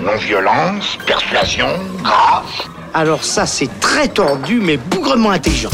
Non-violence, persuasion, grâce. Alors ça, c'est très tordu, mais bougrement intelligent.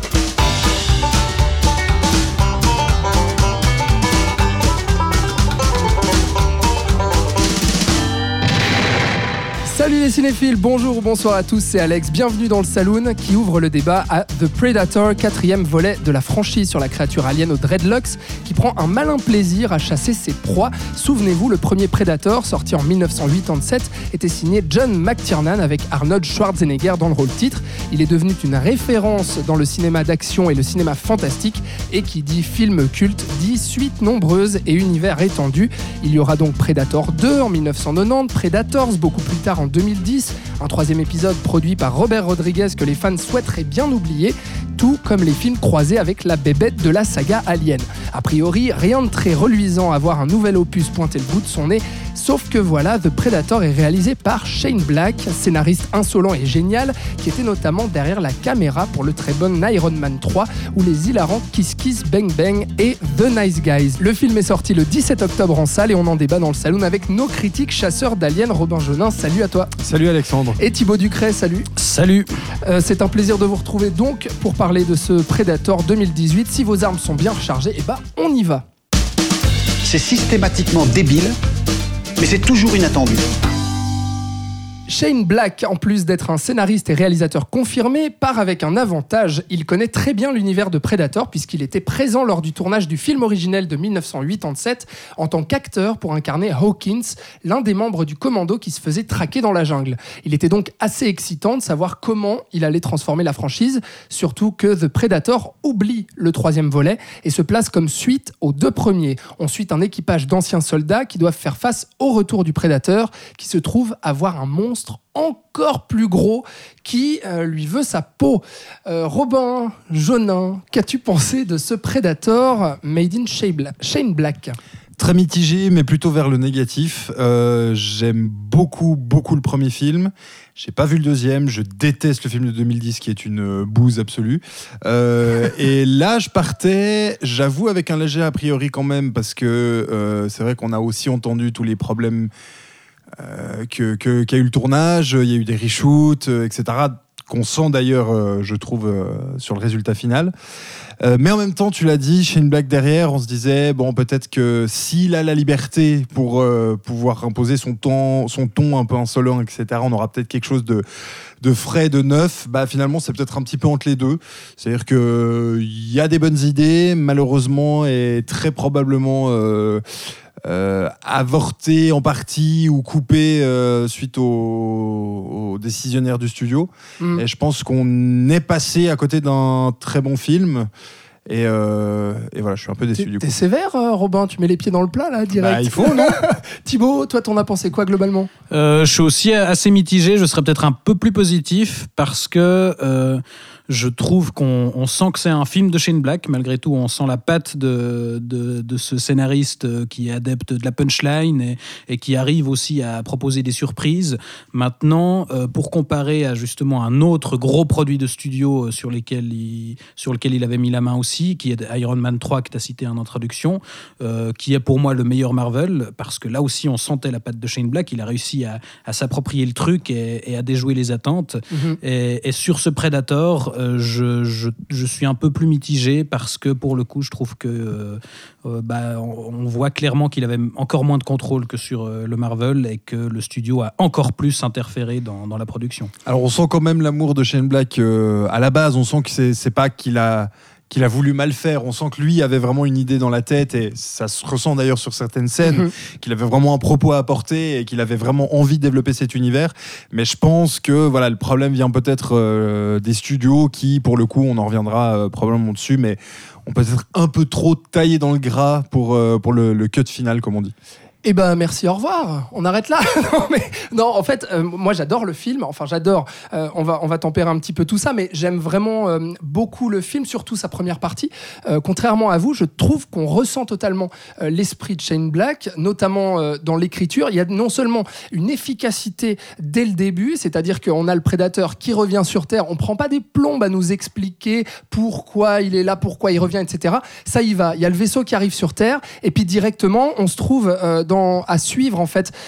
Salut les cinéphiles, bonjour ou bonsoir à tous, c'est Alex, bienvenue dans le Saloon qui ouvre le débat à The Predator, 4e volet de la franchise sur la créature alien aux dreadlocks qui prend un malin plaisir à chasser ses proies. Souvenez-vous, le premier Predator, sorti en 1987, était signé John McTiernan avec Arnold Schwarzenegger dans le rôle titre. Il est devenu une référence dans le cinéma d'action et le cinéma fantastique, et qui dit film culte dit suite nombreuse et univers étendu. Il y aura donc Predator 2 en 1990, Predators beaucoup plus tard en 2010, un 3e épisode produit par Robert Rodriguez que les fans souhaiteraient bien oublier, tout comme les films croisés avec la bébête de la saga Alien. A priori, rien de très reluisant à voir un nouvel opus pointer le bout de son nez, sauf que voilà, The Predator est réalisé par Shane Black, scénariste insolent et génial, qui était notamment derrière la caméra pour le très bon Iron Man 3 ou les hilarants Kiss Kiss Bang Bang et The Nice Guys. Le film est sorti le 17 octobre en salle et on en débat dans le Saloon avec nos critiques chasseurs d'aliens. Robin Jonin, salut à toi. Salut Alexandre. Et Thibaut Ducret, salut. Salut. C'est un plaisir de vous retrouver donc pour parler de ce Predator 2018. Si vos armes sont bien rechargées, on y va. C'est systématiquement débile, mais c'est toujours inattendu. Shane Black, en plus d'être un scénariste et réalisateur confirmé, part avec un avantage. Il connaît très bien l'univers de Predator puisqu'il était présent lors du tournage du film originel de 1987 en tant qu'acteur pour incarner Hawkins, l'un des membres du commando qui se faisait traquer dans la jungle. Il était donc assez excitant de savoir comment il allait transformer la franchise, surtout que The Predator oublie le 3e volet et se place comme suite aux 2 premiers. On suit un équipage d'anciens soldats qui doivent faire face au retour du Prédateur qui se trouve avoir un monstre encore plus gros qui lui veut sa peau. Robin Jonin, qu'as-tu pensé de ce Predator made in Shane Black ? Très mitigé, mais plutôt vers le négatif. J'aime beaucoup le premier film. J'ai pas vu le deuxième. Je déteste le film de 2010 qui est une bouse absolue. Et là, je partais, j'avoue, avec un léger a priori quand même, parce que c'est vrai qu'on a aussi entendu tous les problèmes qu'a eu le tournage. Il y a eu des reshoots, etc., qu'on sent d'ailleurs, je trouve, sur le résultat final. Mais en même temps, tu l'as dit, Shane Black derrière, on se disait, bon, peut-être que s'il a la liberté pour pouvoir imposer son ton un peu insolent, etc., on aura peut-être quelque chose de frais, de neuf. Finalement, c'est peut-être un petit peu entre les deux. C'est-à-dire qu'il y a des bonnes idées, malheureusement, et très probablement avorté en partie ou coupé suite aux décisionnaires du studio. Et je pense qu'on est passé à côté d'un très bon film. Et voilà, je suis un peu déçu du coup. T'es sévère, Robin, tu mets les pieds dans le plat là, direct. Il faut, non? Thibaut, toi, t'en as pensé quoi globalement? Je suis aussi assez mitigé, je serais peut-être un peu plus positif parce que je trouve qu'on sent que c'est un film de Shane Black. Malgré tout, on sent la patte de ce scénariste qui est adepte de la punchline et qui arrive aussi à proposer des surprises. Maintenant, pour comparer à justement un autre gros produit de studio sur lequel il avait mis la main aussi, qui est Iron Man 3 que tu as cité en introduction, qui est pour moi le meilleur Marvel, parce que là aussi on sentait la patte de Shane Black. Il a réussi à s'approprier le truc et à déjouer les attentes. Et sur ce Predator, je suis un peu plus mitigé parce que pour le coup je trouve que on voit clairement qu'il avait encore moins de contrôle que sur le Marvel et que le studio a encore plus interféré dans la production. Alors on sent quand même l'amour de Shane Black à la base. On sent que c'est pas qu'il a voulu mal faire. On sent que lui avait vraiment une idée dans la tête, et ça se ressent d'ailleurs sur certaines scènes, qu'il avait vraiment un propos à apporter et qu'il avait vraiment envie de développer cet univers. Mais je pense que voilà, le problème vient peut-être des studios qui, pour le coup, on en reviendra probablement dessus, mais on peut être un peu trop taillé dans le gras pour le cut final, comme on dit. Eh ben merci, au revoir. On arrête là. Non, en fait, moi j'adore le film. Enfin, j'adore. On va tempérer un petit peu tout ça, mais j'aime vraiment beaucoup le film, surtout sa première partie. Contrairement à vous, je trouve qu'on ressent totalement l'esprit de Shane Black, notamment dans l'écriture. Il y a non seulement une efficacité dès le début, c'est-à-dire qu'on a le prédateur qui revient sur Terre. On prend pas des plombes à nous expliquer pourquoi il est là, pourquoi il revient, etc. Ça y va. Il y a le vaisseau qui arrive sur Terre, et puis directement, on se trouve dans à suivre en fait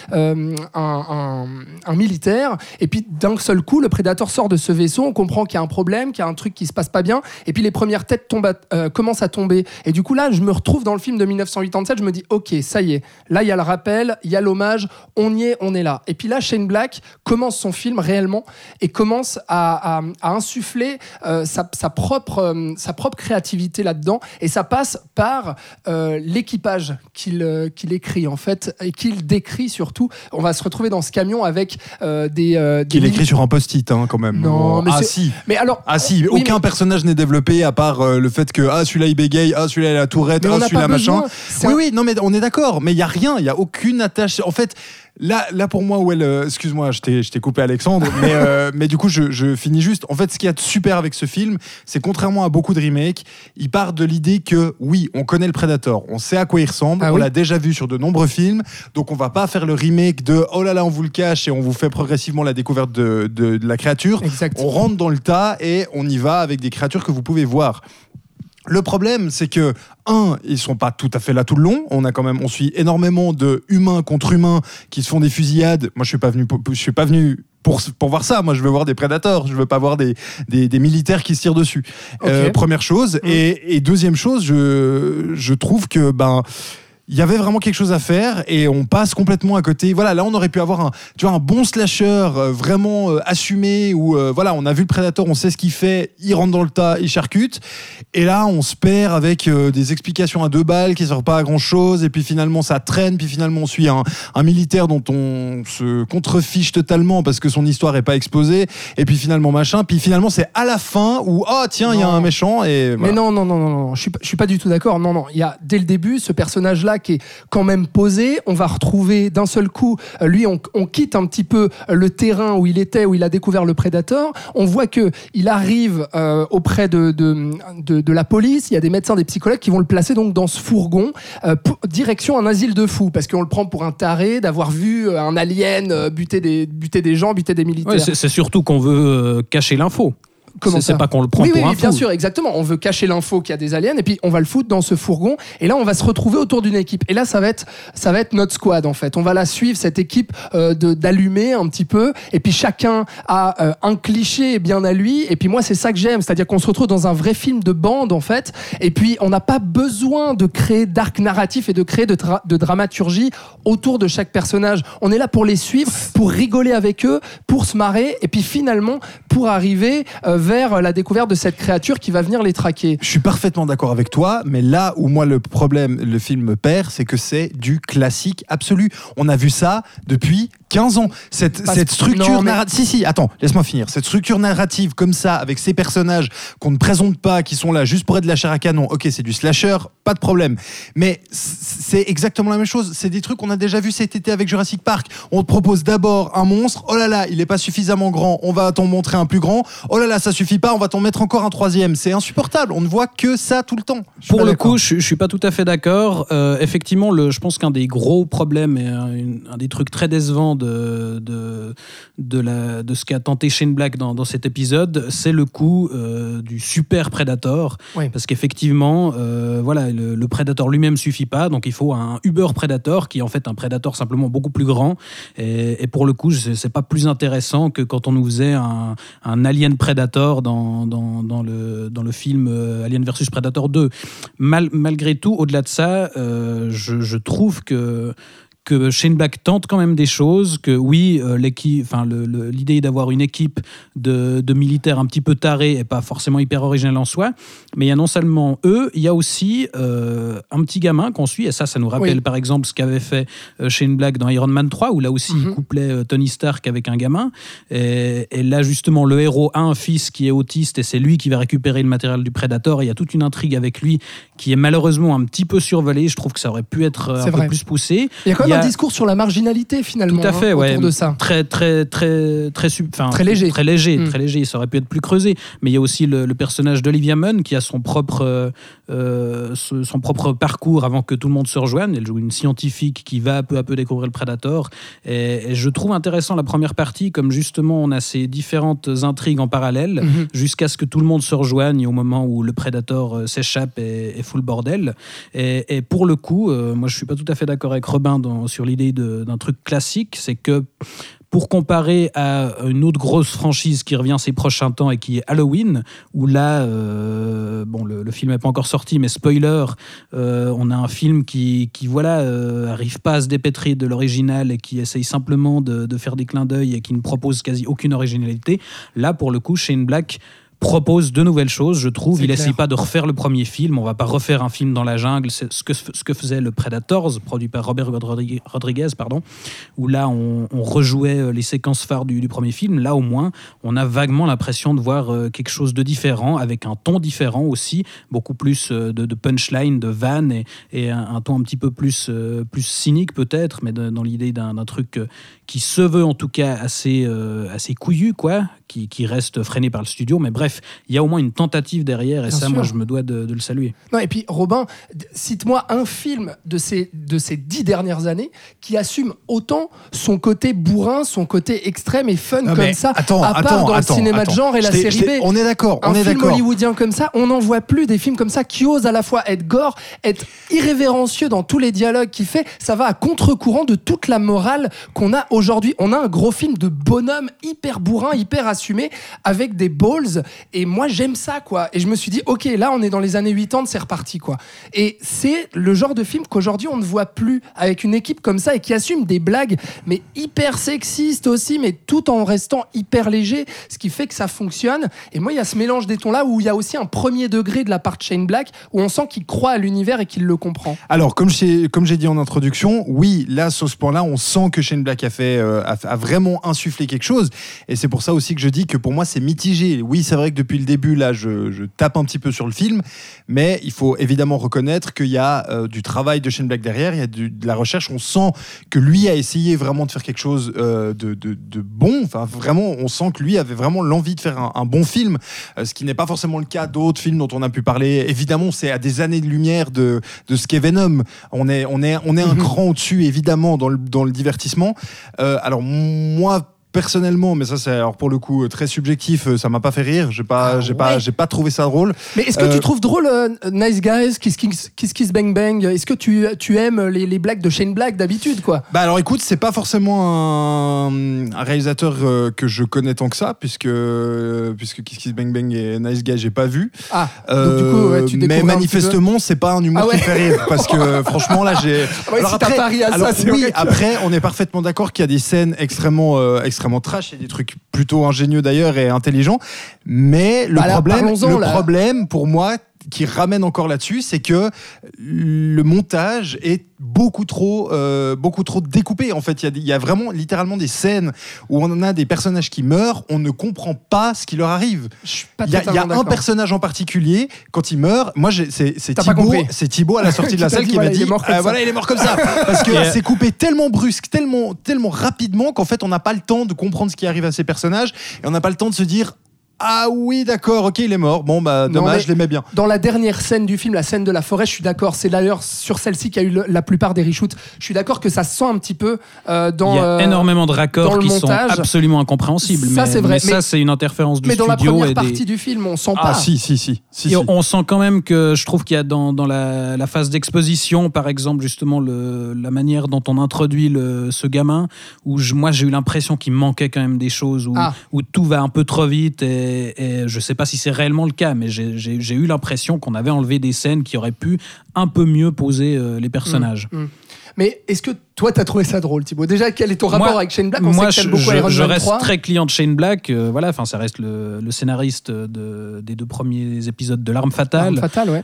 un militaire, et puis d'un seul coup le Predator sort de ce vaisseau, on comprend qu'il y a un problème, qu'il y a un truc qui se passe pas bien, et puis les premières têtes commencent à tomber, et du coup là je me retrouve dans le film de 1987, je me dis ok, ça y est, là il y a le rappel, il y a l'hommage, on y est, on est là. Et puis là Shane Black commence son film réellement et commence à insuffler sa propre créativité là-dedans, et ça passe par l'équipage qu'il écrit en fait, et qu'il décrit surtout. On va se retrouver dans ce camion avec qu'il écrit sur un post-it quand même. Non, mais si. Mais alors, oui, aucun personnage n'est développé à part le fait que celui-là il bégaye, celui-là il a la tourette, celui-là machin. Oui, non mais on est d'accord, mais il y a rien, il y a aucune attache. En fait, là pour moi où elle, excuse-moi, je t'ai coupé Alexandre, mais du coup je finis juste. En fait, ce qu'il y a de super avec ce film, c'est contrairement à beaucoup de remakes, il part de l'idée que oui, on connaît le Predator, on sait à quoi il ressemble, on l'a déjà vu sur de nombreux films, donc on va pas faire le remake de oh là là on vous le cache et on vous fait progressivement la découverte de la créature. Exactement. On rentre dans le tas et on y va avec des créatures que vous pouvez voir. Le problème, c'est que, ils sont pas tout à fait là tout le long. On suit énormément de humains contre humains qui se font des fusillades. Moi, je suis pas venu pour voir ça. Moi, je veux voir des prédateurs. Je veux pas voir des militaires qui se tirent dessus. Okay. Première chose. Et deuxième chose, je trouve que il y avait vraiment quelque chose à faire et on passe complètement à côté. Voilà, là on aurait pu avoir un bon slasher vraiment assumé où voilà, on a vu le Predator, on sait ce qu'il fait, il rentre dans le tas, il charcute. Et là on se perd avec des explications à 2 balles qui servent pas à grand chose, et puis finalement ça traîne, puis finalement on suit un militaire dont on se contrefiche totalement parce que son histoire est pas exposée, et puis finalement machin, puis finalement c'est à la fin où tiens, il y a un méchant et voilà. Mais non, je suis pas du tout d'accord. Non, il y a dès le début ce personnage là qui est quand même posé. On va retrouver d'un seul coup, lui, on quitte un petit peu le terrain où il a découvert le Predator. On voit que il arrive auprès de la police. Il y a des médecins, des psychologues qui vont le placer donc dans ce fourgon, direction un asile de fous, parce qu'on le prend pour un taré d'avoir vu un alien buter des gens, buter des militaires. Ouais, c'est surtout qu'on veut cacher l'info. Comment c'est pas qu'on le prend pour un fou. Bien sûr, exactement. On veut cacher l'info qu'il y a des aliens, et puis on va le foutre dans ce fourgon, et là on va se retrouver autour d'une équipe, et là ça va être notre squad en fait. On va la suivre, cette équipe d'allumés un petit peu, et puis chacun a un cliché bien à lui, et puis moi c'est ça que j'aime, c'est-à-dire qu'on se retrouve dans un vrai film de bande en fait, et puis on n'a pas besoin de créer d'arc narratif et de créer de dramaturgie autour de chaque personnage. On est là pour les suivre, pour rigoler avec eux, pour se marrer, et puis finalement pour arriver vers la découverte de cette créature qui va venir les traquer. Je suis parfaitement d'accord avec toi, mais là où moi le film me perd, c'est que c'est du classique absolu. On a vu ça depuis 15 ans. Cette structure narrative... Si, attends, laisse-moi finir. Cette structure narrative comme ça, avec ces personnages qu'on ne présente pas, qui sont là juste pour être de la chair à canon, ok, c'est du slasher, pas de problème. Mais c'est exactement la même chose. C'est des trucs qu'on a déjà vu cet été avec Jurassic Park. On te propose d'abord un monstre, oh là là, il est pas suffisamment grand, on va t'en montrer un plus grand, oh là là, ça suffit pas, on va t'en mettre encore un 3e. C'est insupportable, on ne voit que ça tout le temps. Pour le coup, je suis pas tout à fait d'accord. Effectivement, je pense qu'un des gros problèmes et un des trucs très décevants de ce qu'a tenté Shane Black dans cet épisode, c'est le coup du super Predator. Oui. Parce qu'effectivement, voilà, le Predator lui-même suffit pas, donc il faut un Uber Predator qui est en fait un Predator simplement beaucoup plus grand. Et pour le coup, c'est pas plus intéressant que quand on nous faisait un Alien Predator dans le film Alien vs Predator 2. Malgré tout, au-delà de ça, je trouve que Shane Black tente quand même des choses, que oui, l'idée d'avoir une équipe de militaires un petit peu tarés est pas forcément hyper originale en soi, mais il y a non seulement eux, il y a aussi un petit gamin qu'on suit, et ça nous rappelle par exemple ce qu'avait fait Shane Black dans Iron Man 3, où là aussi il couplait Tony Stark avec un gamin, et là justement le héros a un fils qui est autiste, et c'est lui qui va récupérer le matériel du Predator, et il y a toute une intrigue avec lui qui est malheureusement un petit peu survolée. Je trouve que ça aurait pu être un peu plus poussé. Il y a quand même un discours sur la marginalité finalement. Tout à fait, autour de ça. Très léger. Très léger. Ça aurait pu être plus creusé. Mais il y a aussi le personnage d'Olivia Munn qui a son propre parcours avant que tout le monde se rejoigne. Elle joue une scientifique qui va peu à peu découvrir le Predator. Et je trouve intéressant la première partie, comme justement on a ces différentes intrigues en parallèle, jusqu'à ce que tout le monde se rejoigne au moment où le Predator s'échappe et fout le bordel. Et pour le coup, moi je suis pas tout à fait d'accord avec Robin sur l'idée d'un truc classique, c'est que pour comparer à une autre grosse franchise qui revient ces prochains temps et qui est Halloween, où là, le film n'est pas encore sorti, mais spoiler, on a un film qui arrive pas à se dépêtrer de l'original et qui essaye simplement de faire des clins d'œil et qui ne propose quasi aucune originalité. Là, pour le coup, Shane Black propose de nouvelles choses, je trouve. Il n'essaye pas de refaire le premier film. On va pas refaire un film dans la jungle. C'est ce que faisait le Predators, produit par Robert Rodriguez, où là, on rejouait les séquences phares du premier film. Là, au moins, on a vaguement l'impression de voir quelque chose de différent, avec un ton différent aussi, beaucoup plus de punchline, de vanne, et un ton un petit peu plus cynique peut-être, mais dans l'idée d'un truc qui se veut en tout cas assez couillu, quoi, qui reste freiné par le studio. Mais bref, il y a au moins une tentative derrière, et bien ça, sûr. Moi, je me dois de le saluer. Non, et puis, Robin, cite-moi un film de ces 10 dernières années qui assume autant son côté bourrin, son côté extrême et fun comme ça, à part dans le cinéma de genre et la série B. On est d'accord. Un film hollywoodien comme ça, on n'en voit plus des films comme ça qui osent à la fois être gore, être irrévérencieux dans tous les dialogues qu'il fait. Ça va à contre-courant de toute la morale qu'on a aujourd'hui. On a un gros film de bonhomme hyper bourrin, hyper assumé, avec des balls. Et moi, j'aime ça, quoi. Et je me suis dit, ok, là, on est dans les années 80, c'est reparti, quoi. Et c'est le genre de film qu'aujourd'hui, on ne voit plus, avec une équipe comme ça et qui assume des blagues, mais hyper sexistes aussi, mais tout en restant hyper léger, ce qui fait que ça fonctionne. Et moi, il y a ce mélange des tons-là où il y a aussi un premier degré de la part de Shane Black, où on sent qu'il croit à l'univers et qu'il le comprend. Alors, comme j'ai dit en introduction, oui, là, sur ce point-là, on sent que Shane Black a vraiment insufflé quelque chose. Et c'est pour ça aussi que je dis que pour moi, c'est mitigé. Oui, c'est vrai que depuis le début, là, je tape un petit peu sur le film, mais il faut évidemment reconnaître qu'il y a du travail de Shane Black derrière, il y a de la recherche. On sent que lui a essayé vraiment de faire quelque chose de bon. Enfin, vraiment, on sent que lui avait vraiment l'envie de faire un bon film, ce qui n'est pas forcément le cas d'autres films dont on a pu parler. Évidemment, c'est à des années-lumière de ce qu'est Venom. On est un cran au-dessus, évidemment, dans le divertissement. Alors, moi, personnellement, mais ça c'est alors pour le coup très subjectif, ça m'a pas fait rire, j'ai pas trouvé ça drôle. Mais est-ce que tu trouves drôle Nice Guys, Kiss Kiss Bang Bang? Est-ce que tu aimes les blagues de Shane Black d'habitude, quoi? Bah alors écoute, c'est pas forcément un réalisateur que je connais tant que ça, puisque Kiss Kiss Bang Bang et Nice Guys j'ai pas vu. Donc du coup ouais, tu découvres. Mais manifestement c'est pas un humour qui fait rire, parce que franchement là j'ai. Ouais, alors si après, t'as pari à ça, c'est oui, vrai. Après on est parfaitement d'accord qu'il y a des scènes extrêmement trash, il y a des trucs plutôt ingénieux d'ailleurs et intelligents, mais le problème pour moi qui ramène encore là-dessus, c'est que le montage est beaucoup trop découpé. En fait, il y a vraiment littéralement des scènes où on a des personnages qui meurent, on ne comprend pas ce qui leur arrive. Il y a un personnage en particulier, quand il meurt, moi c'est Thibaut à la sortie de la salle qui m'a dit il est mort comme ça. Parce que c'est coupé tellement brusque, tellement rapidement qu'en fait on n'a pas le temps de comprendre ce qui arrive à ces personnages et on n'a pas le temps de se dire ah oui, d'accord, ok, il est mort. Bon, bah, dommage, je l'aimais bien. Dans la dernière scène du film, la scène de la forêt, je suis d'accord. C'est d'ailleurs sur celle-ci qu'il y a eu la plupart des reshoots. Je suis d'accord que ça se sent un petit peu dans. Il y a énormément de raccords qui sont absolument incompréhensibles. Ça, c'est vrai. Mais ça, c'est une interférence du studio. Mais dans la première partie du film, on sent pas. Ah, si. On sent quand même que je trouve qu'il y a dans la phase d'exposition, par exemple, justement, la manière dont on introduit ce gamin, où moi, j'ai eu l'impression qu'il manquait quand même des choses, où tout va un peu trop vite et je sais pas si c'est réellement le cas, mais j'ai eu l'impression qu'on avait enlevé des scènes qui auraient pu un peu mieux poser les personnages. Mais est-ce que toi, t'as trouvé ça drôle, Thibaut? Déjà, quel est ton rapport avec Shane Black? Je reste très client de Shane Black. Ça reste le scénariste des 2 premiers épisodes de L'Arme Fatale.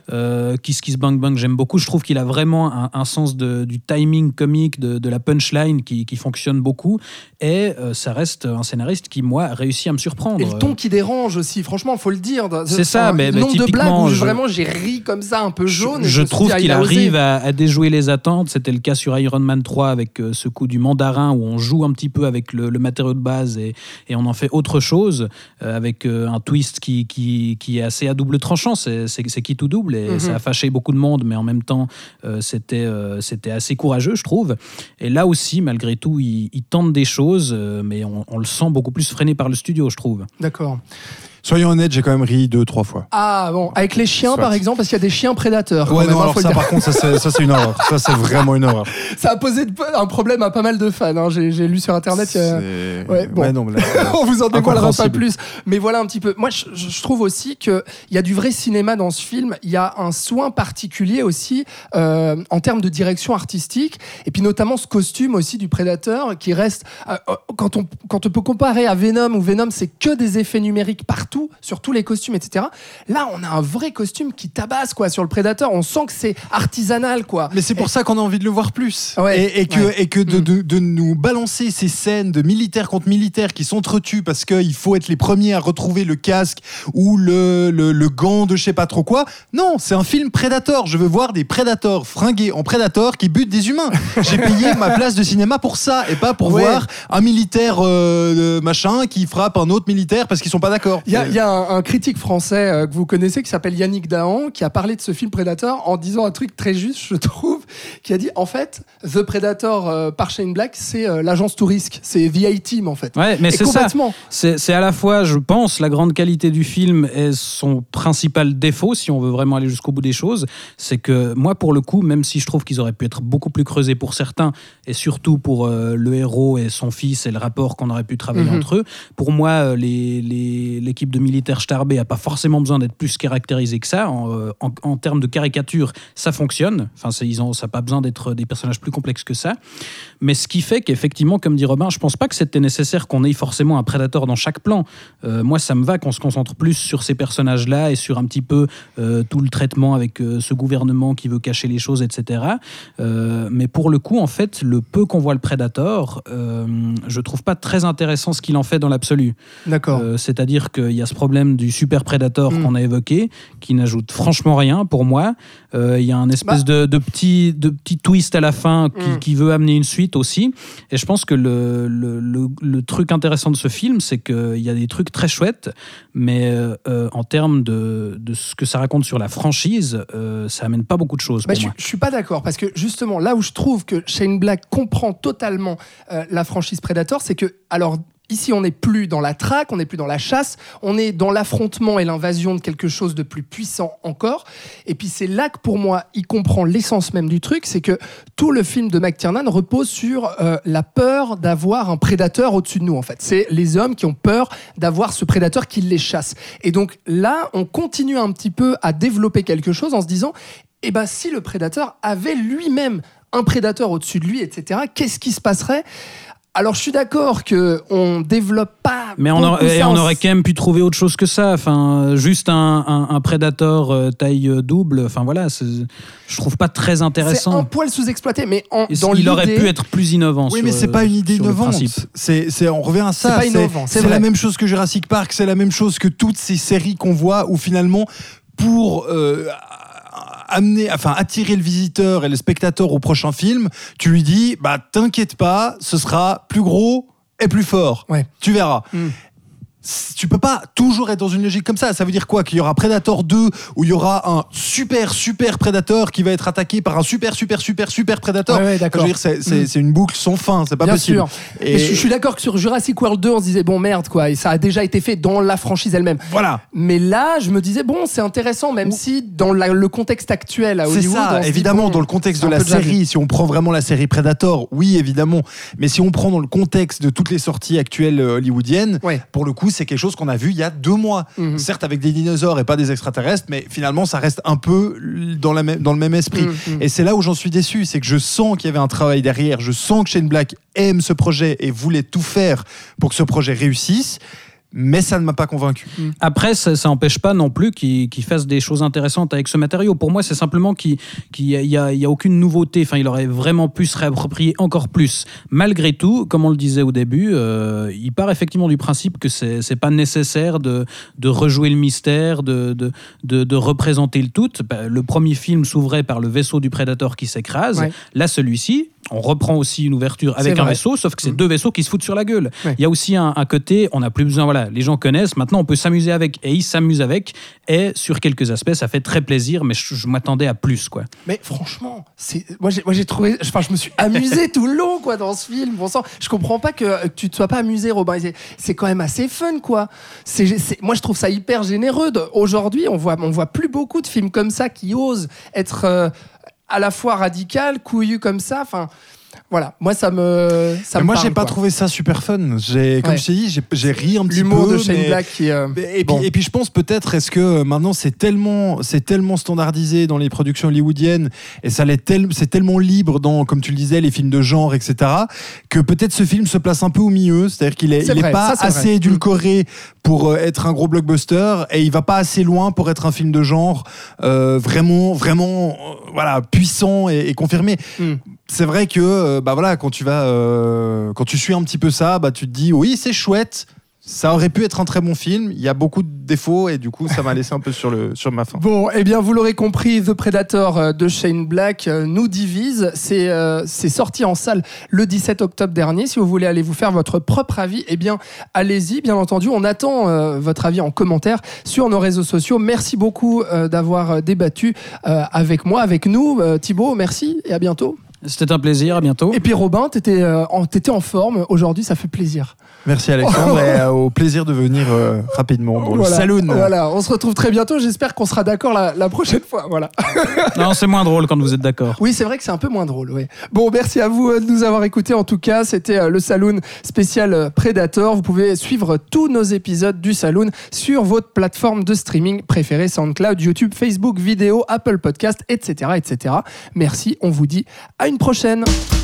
Kiss Kiss Bang Bang, j'aime beaucoup. Je trouve qu'il a vraiment un sens du timing comique, de la punchline qui fonctionne beaucoup. Et ça reste un scénariste qui, moi, a réussi à me surprendre. Et le ton qui dérange aussi, franchement, il faut le dire. C'est ça, mais le nombre de blagues où vraiment j'ai ri comme ça, un peu jaune. Je trouve qu'il arrive à déjouer les attentes. C'était le cas sur Iron Man 3 avec ce coup du mandarin où on joue un petit peu avec le matériau de base et on en fait autre chose avec un twist qui est assez à double tranchant. C'est qui tout double et ça a fâché beaucoup de monde, mais en même temps c'était assez courageux, je trouve. Et là aussi, malgré tout, il tente des choses, mais on le sent beaucoup plus freiné par le studio, je trouve. D'accord. Soyons honnêtes, j'ai quand même ri 2-3 fois. Ah bon, avec les chiens Soit. par exemple, parce qu'il y a des chiens prédateurs. Ouais, quand même, non, hein, alors faut ça, le dire. par contre, ça c'est une horreur. Ça, c'est vraiment une horreur. Ça a posé un problème à pas mal de fans. Hein. J'ai lu sur internet. Ouais, bon. non, mais là, On vous en dévoilera pas incompréhensible. plus. Mais voilà un petit peu. Moi, je trouve aussi qu'il y a du vrai cinéma dans ce film. Il y a un soin particulier aussi en termes de direction artistique. Et puis notamment ce costume aussi du Prédateur qui reste... quand on peut comparer à Venom, où Venom, c'est que des effets numériques partout, sur tous les costumes, etc. Là, on a un vrai costume qui tabasse quoi, sur le Prédateur. On sent que c'est artisanal. Quoi. Mais c'est pour ça qu'on a envie de le voir plus. Ouais. Et que de nous balancer ces scènes de militaires contre militaires qui s'entretuent parce qu'il faut être les premiers à retrouver le casque ou le gant de je sais pas trop quoi. Non, c'est un film Predator. Je veux voir des Predators fringués en Predator qui butent des humains. J'ai payé ma place de cinéma pour ça et pas pour voir un militaire machin qui frappe un autre militaire parce qu'ils sont pas d'accord. Il y a un critique français que vous connaissez qui s'appelle Yannick Dahan qui a parlé de ce film Predator en disant un truc très juste, je trouve, qui a dit en fait The Predator par Shane Black, c'est l'agence Touriste, c'est The A-Team en fait. Ouais, mais et c'est complètement. ça. C'est à la fois, je pense, la grande qualité du film et son principal défaut, si on veut vraiment aller jusqu'au bout des choses, c'est que moi, pour le coup, même si je trouve qu'ils auraient pu être beaucoup plus creusés pour certains, et surtout pour le héros et son fils et le rapport qu'on aurait pu travailler entre eux, pour moi, l'équipe de militaires starbés n'a pas forcément besoin d'être plus caractérisée que ça. En termes de caricature, ça fonctionne. Enfin, ça n'a pas besoin d'être des personnages plus complexes que ça. Mais ce qui fait qu'effectivement, comme dit Robin, je pense pas que c'était nécessaire qu'on ait forcément un Predator dans chaque plan. Moi, ça me va qu'on se concentre plus sur ces personnages-là et sur un petit peu tout le traitement avec ce gouvernement qui veut cacher les choses, etc. Mais pour le coup, en fait, le peu qu'on voit le Predator, je trouve pas très intéressant ce qu'il en fait dans l'absolu. D'accord. C'est-à-dire qu'il y a ce problème du super Predator qu'on a évoqué, qui n'ajoute franchement rien pour moi. Il y a un espèce de petit twist à la fin qui veut amener une suite aussi. Et je pense que le truc intéressant de ce film, c'est qu'il y a des trucs très chouettes, mais en termes de ce que ça raconte sur la franchise, ça amène pas beaucoup de choses pour moi. Je suis pas d'accord, parce que justement, là où je trouve que Shane Black comprend totalement la franchise Predator, c'est que, alors, ici, on n'est plus dans la traque, on n'est plus dans la chasse, on est dans l'affrontement et l'invasion de quelque chose de plus puissant encore. Et puis c'est là que pour moi, il comprend l'essence même du truc, c'est que tout le film de McTiernan repose sur la peur d'avoir un prédateur au-dessus de nous, en fait. C'est les hommes qui ont peur d'avoir ce prédateur qui les chasse. Et donc là, on continue un petit peu à développer quelque chose en se disant, eh ben, si le prédateur avait lui-même un prédateur au-dessus de lui, etc., qu'est-ce qui se passerait ? Alors, je suis d'accord qu'on développe pas. Mais on aurait quand même pu trouver autre chose que ça. Enfin, juste un Predator taille double. Enfin, voilà, je trouve pas très intéressant. C'est un poil sous-exploité, mais il aurait pu être plus innovant. Oui, mais c'est pas une idée innovante. On revient à ça. C'est pas innovant. C'est la même chose que Jurassic Park. C'est la même chose que toutes ces séries qu'on voit où finalement, pour attirer le visiteur et le spectateur au prochain film, tu lui dis, bah t'inquiète pas, ce sera plus gros et plus fort. Ouais. Tu verras. Tu peux pas toujours être dans une logique comme ça. Ça veut dire quoi ? Qu'il y aura Predator 2 où il y aura un super Predator qui va être attaqué par un super Predator. Ouais, d'accord. Je veux dire, c'est une boucle sans fin. C'est pas Bien possible. Sûr. Et je suis d'accord que sur Jurassic World 2, on se disait bon merde quoi, et ça a déjà été fait dans la franchise elle-même. Voilà. Mais là, je me disais bon, c'est intéressant, même si dans le contexte actuel à Hollywood, c'est ça. Évidemment, dans le contexte de la série, si on prend vraiment la série Predator, oui, évidemment. Mais si on prend dans le contexte de toutes les sorties actuelles hollywoodiennes, pour le coup, c'est quelque chose qu'on a vu il y a 2 mois. Certes avec des dinosaures et pas des extraterrestres, mais finalement ça reste un peu dans le même esprit. Et c'est là où j'en suis déçu, c'est que je sens qu'il y avait un travail derrière, je sens que Shane Black aime ce projet et voulait tout faire pour que ce projet réussisse. Mais ça ne m'a pas convaincu. Après, ça n'empêche pas non plus qu'il fasse des choses intéressantes avec ce matériau. Pour moi, c'est simplement qu'il y a aucune nouveauté. Enfin, il aurait vraiment pu se réapproprier encore plus. Malgré tout, comme on le disait au début, il part effectivement du principe que c'est pas nécessaire de rejouer le mystère, de représenter le tout. Le premier film s'ouvrait par le vaisseau du Prédateur qui s'écrase. Ouais. Là, celui-ci, on reprend aussi une ouverture avec C'est un vrai. vaisseau, sauf que c'est deux vaisseaux qui se foutent sur la gueule. Ouais. Il y a aussi un côté, on n'a plus besoin, voilà, les gens connaissent, maintenant on peut s'amuser avec, et ils s'amusent avec, et sur quelques aspects, ça fait très plaisir, mais je m'attendais à plus, quoi. Mais franchement, moi j'ai trouvé, enfin je me suis amusé tout le long quoi dans ce film. Bon sang, je comprends pas que tu te sois pas amusé, Robin. C'est quand même assez fun quoi. Moi je trouve ça hyper généreux. Aujourd'hui, on voit plus beaucoup de films comme ça qui osent être à la fois radical, couillu comme ça. Enfin. Voilà, moi ça me moi parle, j'ai pas quoi. trouvé ça super fun. Comme Ouais. je t'ai dit, j'ai ri un petit peu. L'humour de Shane mais- Black qui Et puis je pense peut-être est-ce que maintenant c'est tellement standardisé dans les productions hollywoodiennes et c'est tellement libre dans, comme tu le disais, les films de genre, etc., que peut-être ce film se place un peu au milieu, c'est-à-dire qu'il est vrai, pas ça, c'est assez vrai. édulcoré pour être un gros blockbuster et il va pas assez loin pour être un film de genre vraiment voilà, puissant et confirmé. C'est vrai que voilà, quand tu suis un petit peu ça, tu te dis oui, c'est chouette. Ça aurait pu être un très bon film. Il y a beaucoup de défauts et du coup, ça m'a laissé un peu sur ma faim. Bon, eh bien, vous l'aurez compris, The Predator de Shane Black nous divise. C'est sorti en salle le 17 octobre dernier. Si vous voulez aller vous faire votre propre avis, eh bien, allez-y. Bien entendu, on attend votre avis en commentaire sur nos réseaux sociaux. Merci beaucoup d'avoir débattu avec moi, avec nous. Thibaut, merci et à bientôt. C'était un plaisir, à bientôt. Et puis Robin, t'étais en forme. Aujourd'hui, ça fait plaisir. Merci Alexandre et au plaisir de venir rapidement dans le saloon. Voilà, on se retrouve très bientôt. J'espère qu'on sera d'accord la prochaine fois. Voilà. Non, c'est moins drôle quand vous êtes d'accord. Oui, c'est vrai que c'est un peu moins drôle. Oui. Bon, merci à vous de nous avoir écoutés. En tout cas, c'était le Saloon spécial Predator. Vous pouvez suivre tous nos épisodes du Saloon sur votre plateforme de streaming préférée, SoundCloud, YouTube, Facebook, Vidéo, Apple Podcast, etc., etc. Merci. On vous dit à une prochaine.